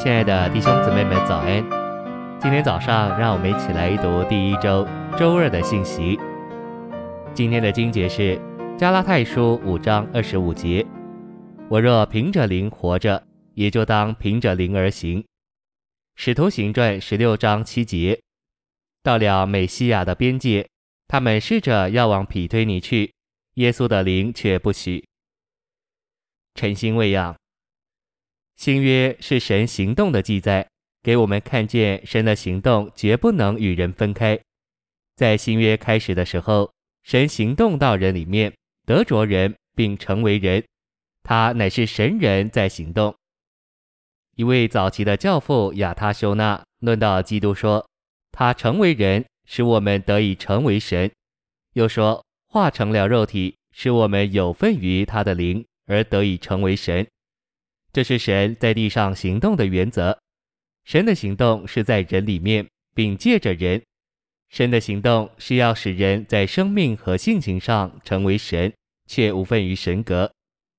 亲爱的弟兄姊妹们早安，今天早上让我们一起来读第一周周二的信息。今天的经节是加拉太书5章25节，我若凭着灵活着，也就当凭着灵而行。使徒行传16章7节，到了美西亚的边界，他们试着要往庇推尼去，耶稣的灵却不许。晨星喂养，新约是神行动的记载，给我们看见神的行动绝不能与人分开。在新约开始的时候，神行动到人里面，得着人并成为人，他乃是神人在行动。一位早期的教父亚他修纳论到基督说，他成为人，使我们得以成为神，又说化成了肉体，使我们有份于他的灵，而得以成为神。这是神在地上行动的原则。神的行动是在人里面，并借着人。神的行动是要使人在生命和性情上成为神，却无份于神格。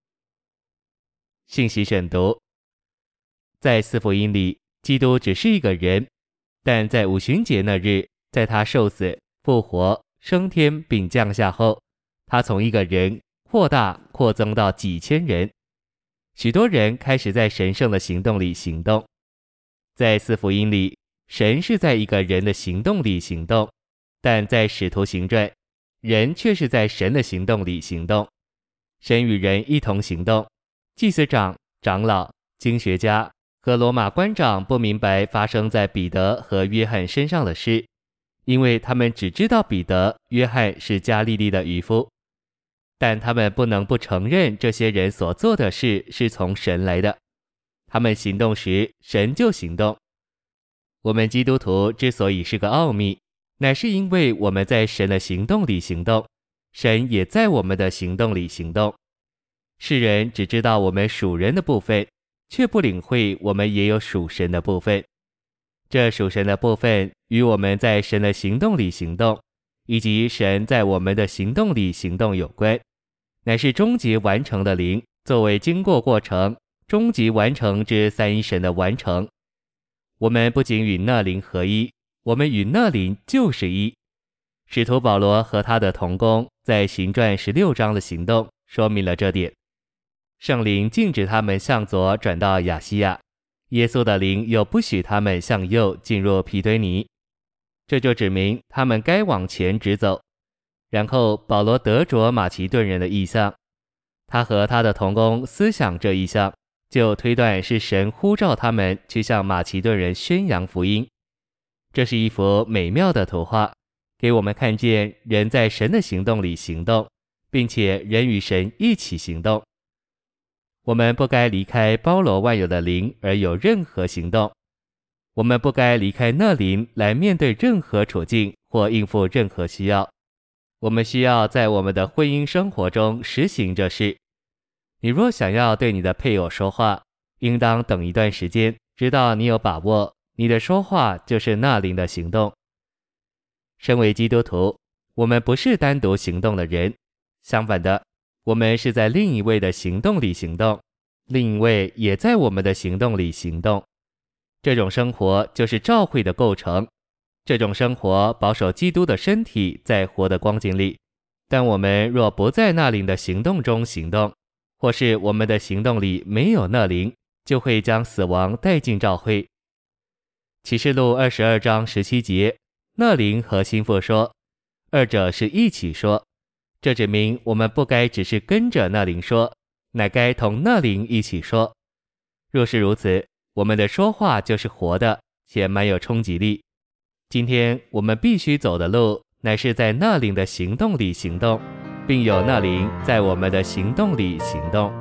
信息选读，在四福音里，基督只是一个人，但在五旬节那日，在他受死、复活、升天并降下后，他从一个人扩增到几千人。许多人开始在神圣的行动里行动。在四福音里，神是在一个人的行动里行动，但在使徒行传，人却是在神的行动里行动。神与人一同行动。祭司长、长老、经学家和罗马官长不明白发生在彼得和约翰身上的事，因为他们只知道彼得、约翰是加利利的渔夫。但他们不能不承认这些人所做的事是从神来的。他们行动时，神就行动。我们基督徒之所以是个奥秘，乃是因为我们在神的行动里行动，神也在我们的行动里行动。世人只知道我们属人的部分，却不领会我们也有属神的部分。这属神的部分与我们在神的行动里行动，以及神在我们的行动里行动有关，乃是终极完成的灵，作为经过过程，终极完成之三一神的完成。我们不仅与那灵合一，我们与那灵就是一。使徒保罗和他的同工在行传16章的行动说明了这点。圣灵禁止他们向左转到亚西亚，耶稣的灵又不许他们向右进入庇推尼，这就指明他们该往前直走。然后保罗得着马其顿人的意象，他和他的同工思想这意象，就推断是神呼召他们去向马其顿人宣扬福音。这是一幅美妙的图画，给我们看见人在神的行动里行动，并且人与神一起行动。我们不该离开包罗万有的灵而有任何行动。我们不该离开那灵来面对任何处境或应付任何需要。我们需要在我们的婚姻生活中实行这事。你若想要对你的配偶说话，应当等一段时间，直到你有把握，你的说话就是那灵的行动。身为基督徒，我们不是单独行动的人，相反的，我们是在另一位的行动里行动，另一位也在我们的行动里行动。这种生活就是教会的构成。这种生活保守基督的身体在活的光景里，但我们若不在那灵的行动中行动，或是我们的行动里没有那灵，就会将死亡带进教会。启示录22章17节，那灵和心腹说，二者是一起说。这指明我们不该只是跟着那灵说，乃该同那灵一起说。若是如此，我们的说话就是活的，且蛮有冲击力。今天我们必须走的路，乃是在那灵的行动里行动，并有那灵在我们的行动里行动。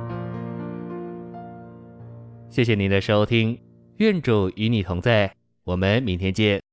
谢谢您的收听，愿主与你同在，我们明天见。